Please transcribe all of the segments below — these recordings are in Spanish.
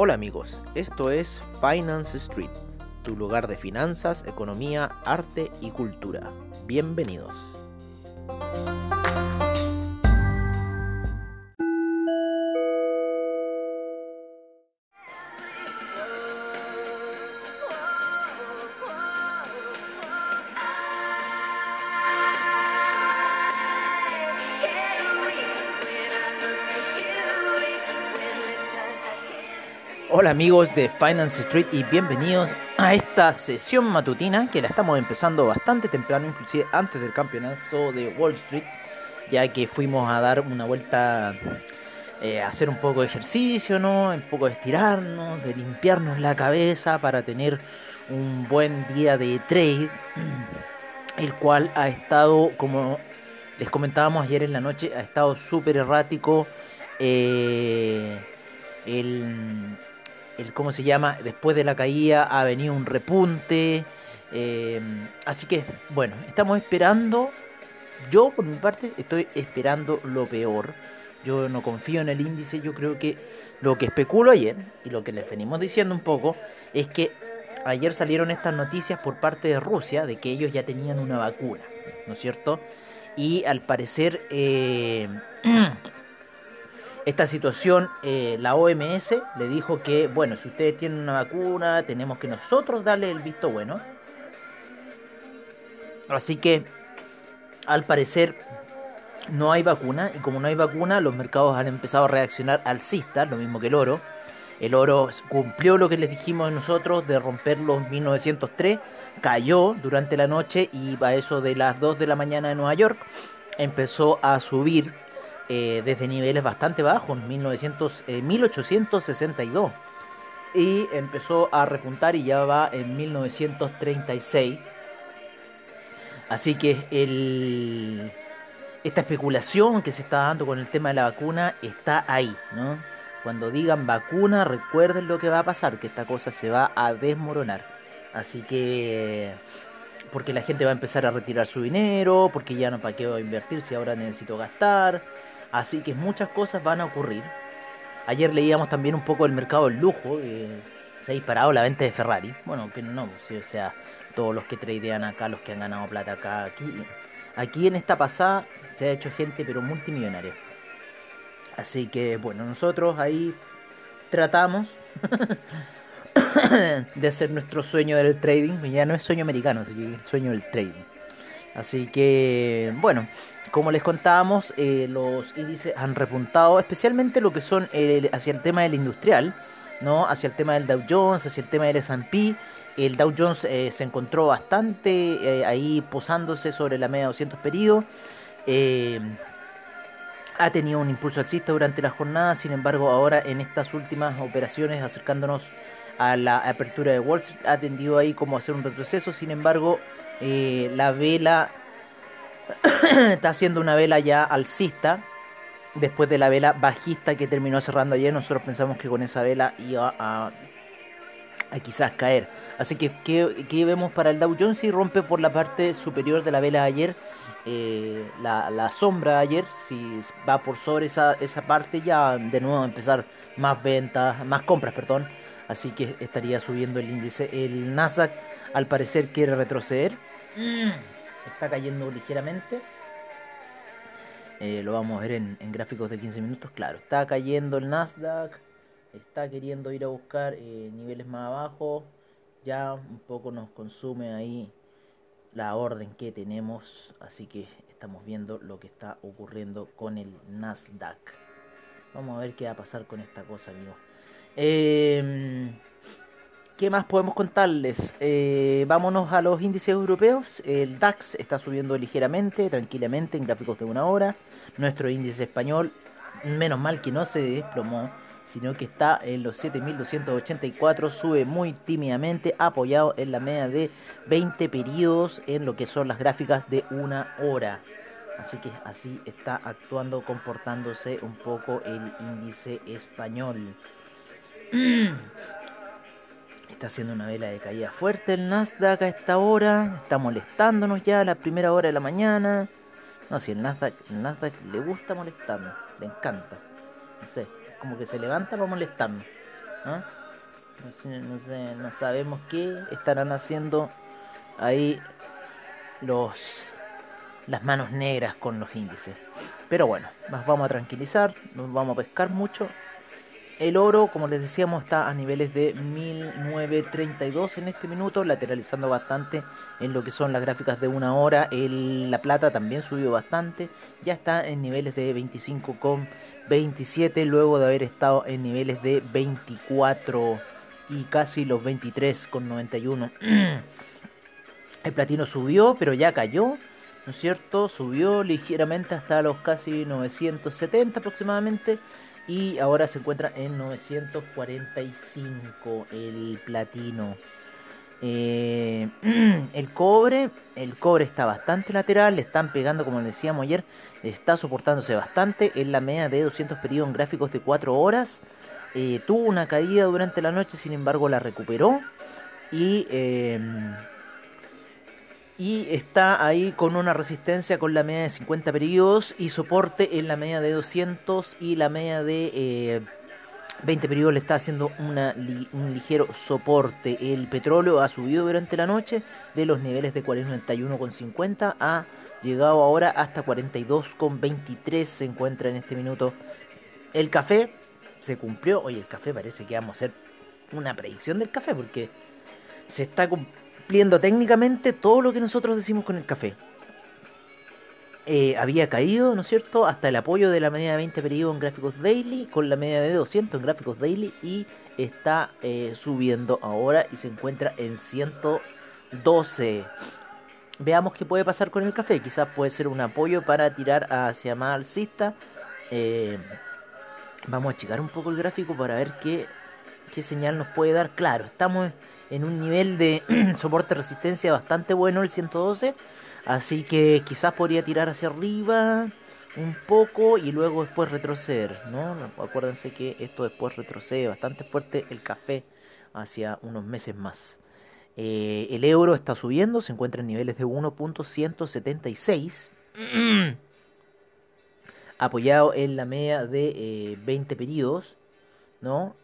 Hola amigos, esto es Finance Street, tu lugar de finanzas, economía, arte y cultura. Bienvenidos. Hola amigos de Finance Street y bienvenidos a esta sesión matutina que la estamos empezando bastante temprano, inclusive antes del campeonato de Wall Street, ya que fuimos a dar una vuelta, a hacer un poco de ejercicio, ¿no? Un poco de estirarnos, de limpiarnos la cabeza para tener un buen día de trade, el cual ha estado, como les comentábamos ayer en la noche, ha estado súper errático. eh, el, ¿Cómo se llama? Después de la caída ha venido un repunte. Así que, bueno, estamos esperando. Yo, por mi parte, estoy esperando lo peor. Yo no confío en el índice. Yo creo que lo que especulo ayer, y lo que les venimos diciendo un poco, es que ayer salieron estas noticias por parte de Rusia de que ellos ya tenían una vacuna, ¿no es cierto? Y al parecer, esta situación, la OMS le dijo que, bueno, si ustedes tienen una vacuna, tenemos que nosotros darle el visto bueno. Así que, al parecer, no hay vacuna. Y como no hay vacuna, los mercados han empezado a reaccionar alcistas, lo mismo que el oro. El oro cumplió lo que les dijimos nosotros de romper los 1903. Cayó durante la noche y a eso de las 2 de la mañana de Nueva York empezó a subir desde niveles bastante bajos, 1862. Y empezó a repuntar y ya va en 1936. Así que esta especulación que se está dando con el tema de la vacuna está ahí, ¿no? Cuando digan vacuna, recuerden lo que va a pasar, que esta cosa se va a desmoronar. Así que, porque la gente va a empezar a retirar su dinero, porque ya no para qué voy a invertir si ahora necesito gastar. Así que muchas cosas van a ocurrir. Ayer leíamos también un poco del mercado del lujo, se ha disparado la venta de Ferrari. Bueno, que no, sí, o sea, todos los que tradean acá, los que han ganado plata acá, aquí en esta pasada se ha hecho gente pero multimillonaria. Así que bueno, nosotros ahí tratamos de hacer nuestro sueño del trading. Ya no es sueño americano, así que es sueño del trading. Así que, bueno, como les contábamos, los índices han repuntado, especialmente lo que son hacia el tema del industrial, ¿no? Hacia el tema del Dow Jones, hacia el tema del S&P. El Dow Jones se encontró bastante ahí posándose sobre la media de 200 periodos. Eh, Ha tenido un impulso alcista durante la jornada, sin embargo, ahora en estas últimas operaciones, acercándonos a la apertura de Wall Street, ha tendido ahí como a hacer un retroceso. Sin embargo, la vela está haciendo una vela ya alcista después de la vela bajista que terminó cerrando ayer. Nosotros pensamos que con esa vela iba a quizás caer. Así que, ¿qué vemos para el Dow Jones? Si rompe por la parte superior de la vela de ayer, la sombra de ayer, si va por sobre esa parte, ya de nuevo empezar más ventas, más compras, perdón. Así que estaría subiendo el índice. El Nasdaq al parecer quiere retroceder. Está cayendo ligeramente. Lo vamos a ver en gráficos de 15 minutos. Claro, está cayendo el Nasdaq. Está queriendo ir a buscar niveles más abajo. Ya un poco nos consume ahí la orden que tenemos. Así que estamos viendo lo que está ocurriendo con el Nasdaq. Vamos a ver qué va a pasar con esta cosa, amigos. ¿Qué más podemos contarles? Vámonos a los índices europeos. El DAX está subiendo ligeramente, tranquilamente, en gráficos de una hora. Nuestro índice español, menos mal que no se desplomó, sino que está en los 7.284, sube muy tímidamente, apoyado en la media de 20 periodos en lo que son las gráficas de una hora. Así que así está actuando, comportándose un poco el índice español. Está haciendo una vela de caída fuerte el Nasdaq a esta hora. Está molestándonos ya a la primera hora de la mañana. No, si el Nasdaq le gusta molestarnos, le encanta. No sé, como que se levanta para molestarnos, ¿no? No sabemos qué estarán haciendo ahí los las manos negras con los índices. Pero bueno, nos vamos a tranquilizar, nos vamos a pescar mucho. El oro, como les decíamos, está a niveles de 1932 en este minuto, lateralizando bastante en lo que son las gráficas de una hora. La plata también subió bastante, ya está en niveles de 25,27 luego de haber estado en niveles de 24 y casi los 23,91. El platino subió, pero ya cayó, ¿no es cierto? Subió ligeramente hasta los casi 970 aproximadamente. Y ahora se encuentra en 945 el platino. Eh, el cobre está bastante lateral, le están pegando como les decíamos ayer, está soportándose bastante en la media de 200 periodos en gráficos de 4 horas. Tuvo una caída durante la noche, sin embargo la recuperó y está ahí con una resistencia con la media de 50 periodos y soporte en la media de 200 y la media de 20 periodos le está haciendo un ligero soporte. El petróleo ha subido durante la noche de los niveles de 41,50 ha llegado ahora hasta 42,23 se encuentra en este minuto. El café se cumplió. Oye, el café parece que vamos a hacer una predicción del café porque se está cumpliendo técnicamente todo lo que nosotros decimos con el café. Había caído, ¿no es cierto?, hasta el apoyo de la media de 20 periodos en gráficos daily, con la media de 200 en gráficos daily, y está subiendo ahora y se encuentra en 112. Veamos qué puede pasar con el café. Quizás puede ser un apoyo para tirar hacia más alcista. Eh, Vamos a checar un poco el gráfico para ver qué señal nos puede dar. Claro, estamos en un nivel de soporte-resistencia bastante bueno, el 112. Así que quizás podría tirar hacia arriba un poco y luego después retroceder, ¿no? Acuérdense que esto después retrocede bastante fuerte el café hacia unos meses más. El euro está subiendo, se encuentra en niveles de 1,176. Apoyado en la media de 20 periodos, ¿no?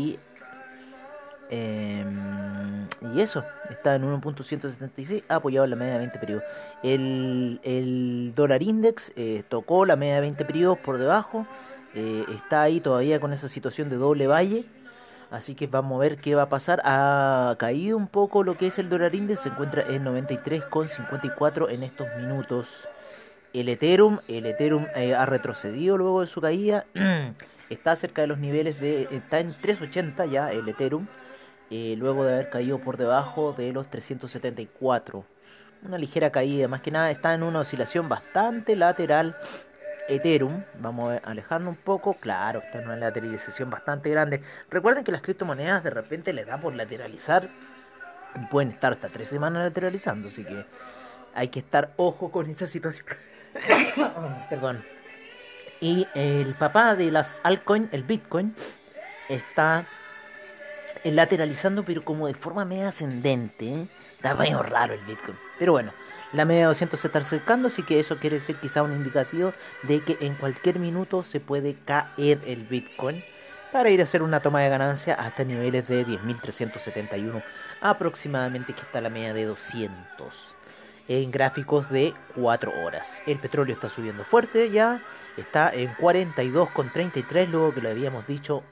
Y eso, está en 1,176 apoyado en la media de 20 periodos. El dólar index tocó la media de 20 periodos por debajo, está ahí todavía con esa situación de doble valle. Así que vamos a ver qué va a pasar. Ha caído un poco lo que es el dólar index, se encuentra en 93,54 en estos minutos. El Ethereum ha retrocedido luego de su caída. Está cerca de los niveles está en 380 ya el Ethereum. Luego de haber caído por debajo de los 374. Una ligera caída, más que nada está en una oscilación bastante lateral. Ethereum, vamos a alejarnos un poco. Claro, está en una lateralización bastante grande. Recuerden que las criptomonedas de repente les da por lateralizar y pueden estar hasta 3 semanas lateralizando, así que hay que estar ojo con esa situación. Perdón. Y el papá de las altcoins, el Bitcoin, está lateralizando, pero como de forma media ascendente, ¿eh? Está medio raro el Bitcoin. Pero bueno, la media de 200 se está acercando, así que eso quiere ser quizá un indicativo de que en cualquier minuto se puede caer el Bitcoin para ir a hacer una toma de ganancia hasta niveles de 10.371 aproximadamente, que está la media de 200 en gráficos de 4 horas. El petróleo está subiendo fuerte ya, está en 42,33 luego que lo habíamos dicho.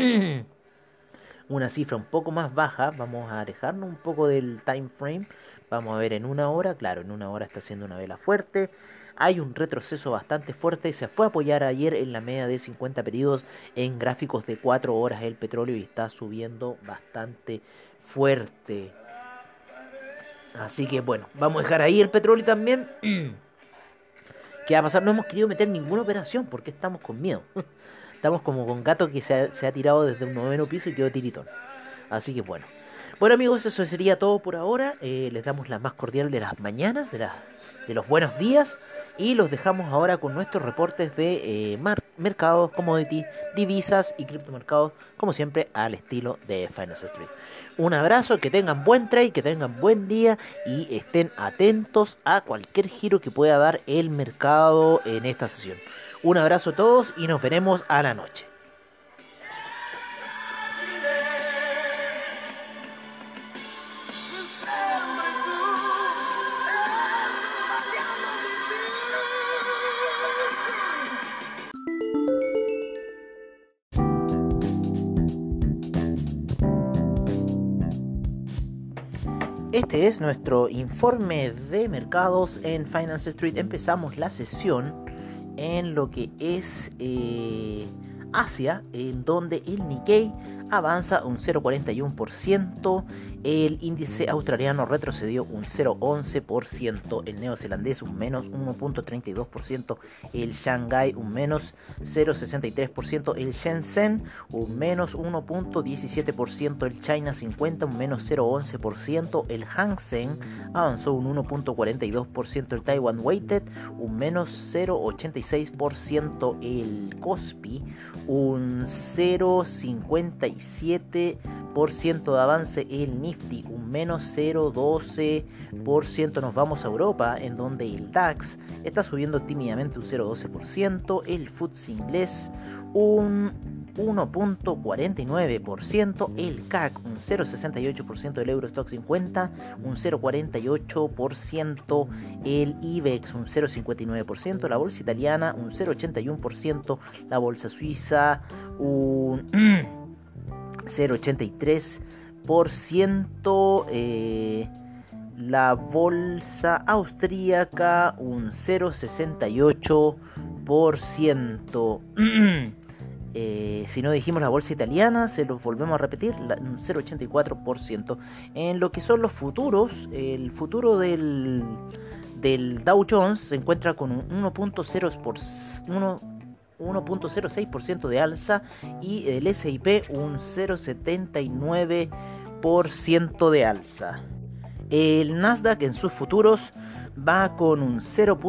Una cifra un poco más baja. Vamos a alejarnos un poco del time frame. Vamos a ver en una hora. Claro, en una hora está haciendo una vela fuerte. Hay un retroceso bastante fuerte. Se fue a apoyar ayer en la media de 50 periodos en gráficos de 4 horas el petróleo y está subiendo bastante fuerte. Así que bueno, vamos a dejar ahí el petróleo también. ¿Qué va a pasar? No hemos querido meter ninguna operación porque estamos con miedo. Estamos como con gato que se ha tirado desde un 9º piso y quedó tiritón. Así que bueno. Bueno amigos, eso sería todo por ahora. Les damos la más cordial de las mañanas, de los buenos días. Y los dejamos ahora con nuestros reportes de mercados, commodities, divisas y criptomercados, como siempre, al estilo de Finance Street. Un abrazo, que tengan buen trade, que tengan buen día y estén atentos a cualquier giro que pueda dar el mercado en esta sesión. Un abrazo a todos y nos veremos a la noche. Este es nuestro informe de mercados en Finance Street. Empezamos la sesión en lo que es Asia, en donde el Nikkei avanza un 0,41%, el índice australiano retrocedió un 0,11%, el neozelandés un menos 1,32%, el Shanghai un menos 0,63%, el Shenzhen un menos 1,17%, el China 50 un menos 0,11%, el Hang Seng avanzó un 1,42%, el Taiwan Weighted un menos 0,86%, el Kospi un 0,57% de avance, el Nifty un menos 0,12%. Nos vamos a Europa, en donde el DAX está subiendo tímidamente un 0,12%, el FTSE inglés un 1,49%, el CAC un 0,68%, el Eurostoxx 50 un 0,48%, el IBEX un 0,59%, la bolsa italiana un 0,81%, la bolsa suiza un 0,83%, la bolsa austríaca un 0,68%. Si no dijimos la bolsa italiana, se los volvemos a repetir, un 0,84%. En lo que son los futuros, el futuro del Dow Jones se encuentra con un 1,06% de alza, y el S&P un 0,79% de alza. El Nasdaq en sus futuros va con un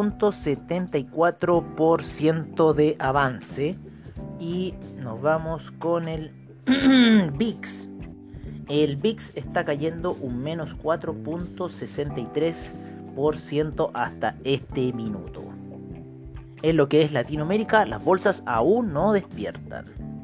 0,74% de avance. Y nos vamos con el VIX. El VIX está cayendo un menos 4,63% hasta este minuto. En lo que es Latinoamérica, las bolsas aún no despiertan.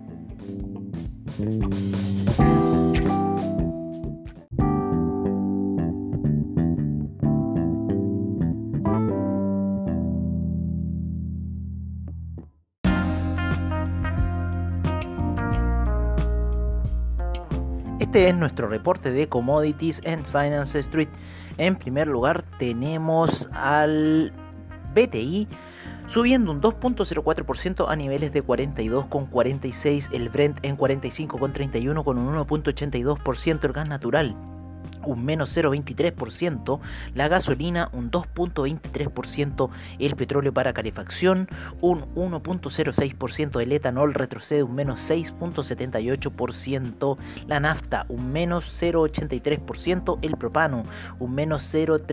Este es nuestro reporte de commodities en Finance Street. En primer lugar tenemos al BTI subiendo un 2,04% a niveles de 42,46, el Brent en 45,31 con un 1,82%, el gas natural un menos 0,23%, la gasolina un 2,23%, el petróleo para calefacción un 1,06%, el etanol retrocede un menos 6,78%, la nafta un menos 0,83%, el propano un menos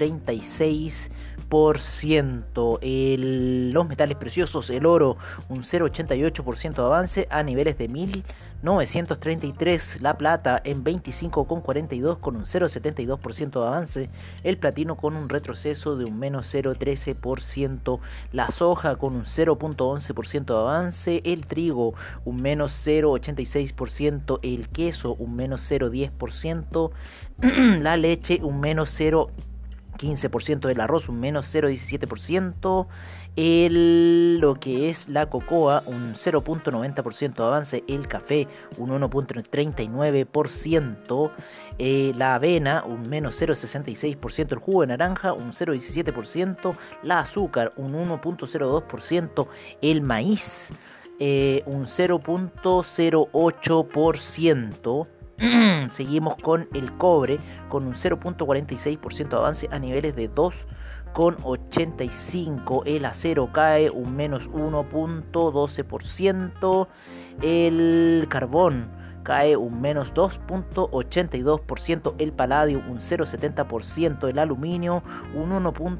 0,36%, los metales preciosos, el oro un 0,88% de avance a niveles de 1933, la plata en 25,42 con un 0,72% de avance, el platino con un retroceso de un menos 0,13%, la soja con un 0,11% de avance, el trigo un menos 0,86%, el queso un menos 0,10%, la leche un menos 0,15%, del arroz un menos 0,17%, lo que es la cocoa un 0,90% de avance, el café un 1,39%, la avena un menos 0,66%, el jugo de naranja un 0,17%, la azúcar un 1,02%, el maíz un 0,08%. Seguimos con el cobre con un 0,46% de avance a niveles de 2,85. El acero cae un menos 1,12%. El carbón cae un menos 2,82%. El paladio un 0,70%. El aluminio un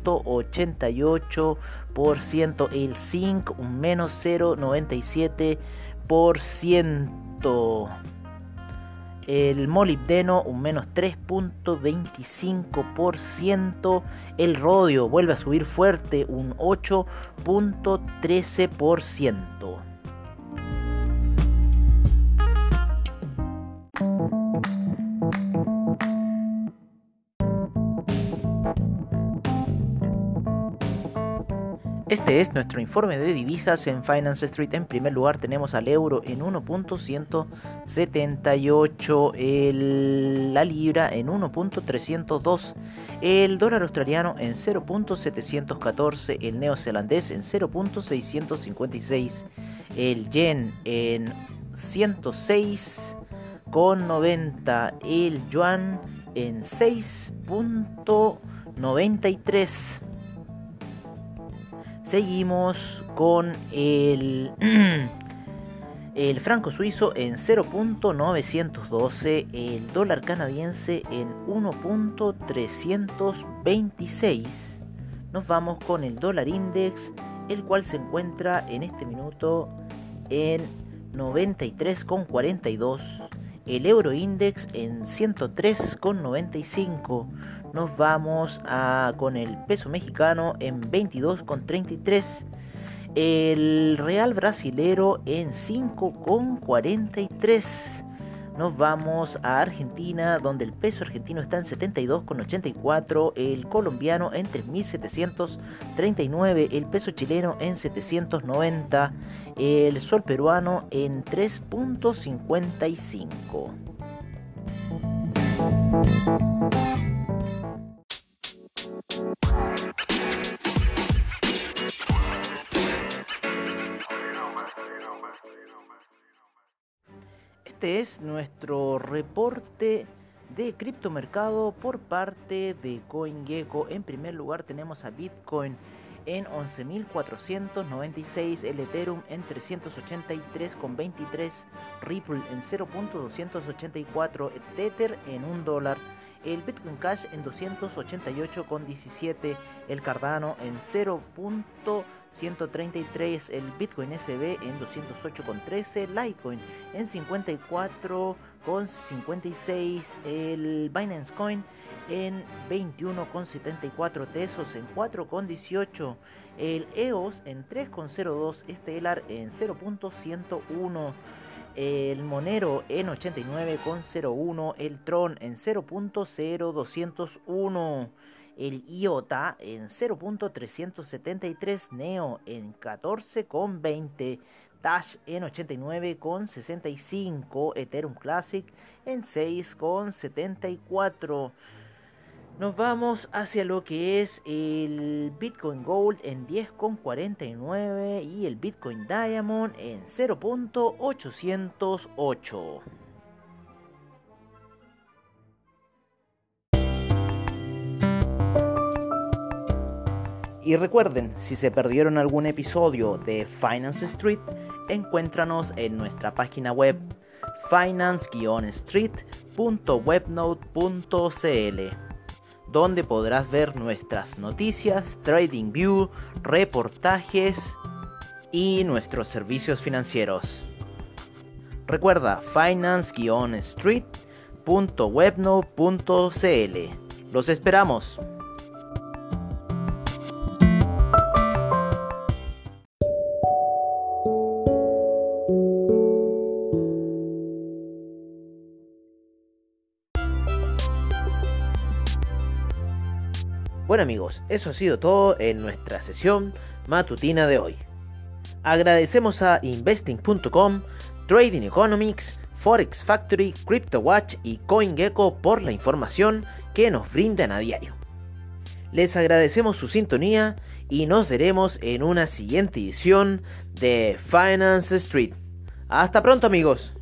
1,88%. El zinc un menos 0,97%. El molibdeno un menos 3,25%. El rodio vuelve a subir fuerte un 8,13%. Este es nuestro informe de divisas en Finance Street. En primer lugar tenemos al euro en 1.178, la libra en 1.302, el dólar australiano en 0.714, el neozelandés en 0.656, el yen en 106,90, el yuan en 6.93. Seguimos con el franco suizo en 0.912, el dólar canadiense en 1.326. Nos vamos con el dólar index, el cual se encuentra en este minuto en 93,42. El euro index en 103,95. Nos vamos con el peso mexicano en 22,33. El real brasilero en 5,43. Nos vamos a Argentina, donde el peso argentino está en 72,84, el colombiano en 3.739, el peso chileno en 790, el sol peruano en 3.55. Este es nuestro reporte de criptomercado por parte de CoinGecko. En primer lugar tenemos a Bitcoin en 11.496, el Ethereum en 383,23, Ripple en 0.284, Tether en $1, el Bitcoin Cash en 288,17, el Cardano en 0.133, el Bitcoin SB en 208,13, Litecoin en 54,56, el Binance Coin en 21,74, Tesos en 4,18, el EOS en 3,02, Stellar en 0.101, el Monero en 89,01, el Tron en 0.0201, el IOTA en 0.373, Neo en 14,20, Dash en 89,65, Ethereum Classic en 6,74. Nos vamos hacia lo que es el Bitcoin Gold en 10,49 y el Bitcoin Diamond en 0.808. Y recuerden, si se perdieron algún episodio de Finance Street, encuéntranos en nuestra página web finance-street.webnode.cl, donde podrás ver nuestras noticias, TradingView, reportajes y nuestros servicios financieros. Recuerda, finance-street.webnode.cl. Los esperamos. Bueno amigos, eso ha sido todo en nuestra sesión matutina de hoy. Agradecemos a Investing.com, Trading Economics, Forex Factory, CryptoWatch y CoinGecko por la información que nos brindan a diario. Les agradecemos su sintonía y nos veremos en una siguiente edición de Finance Street. Hasta pronto amigos.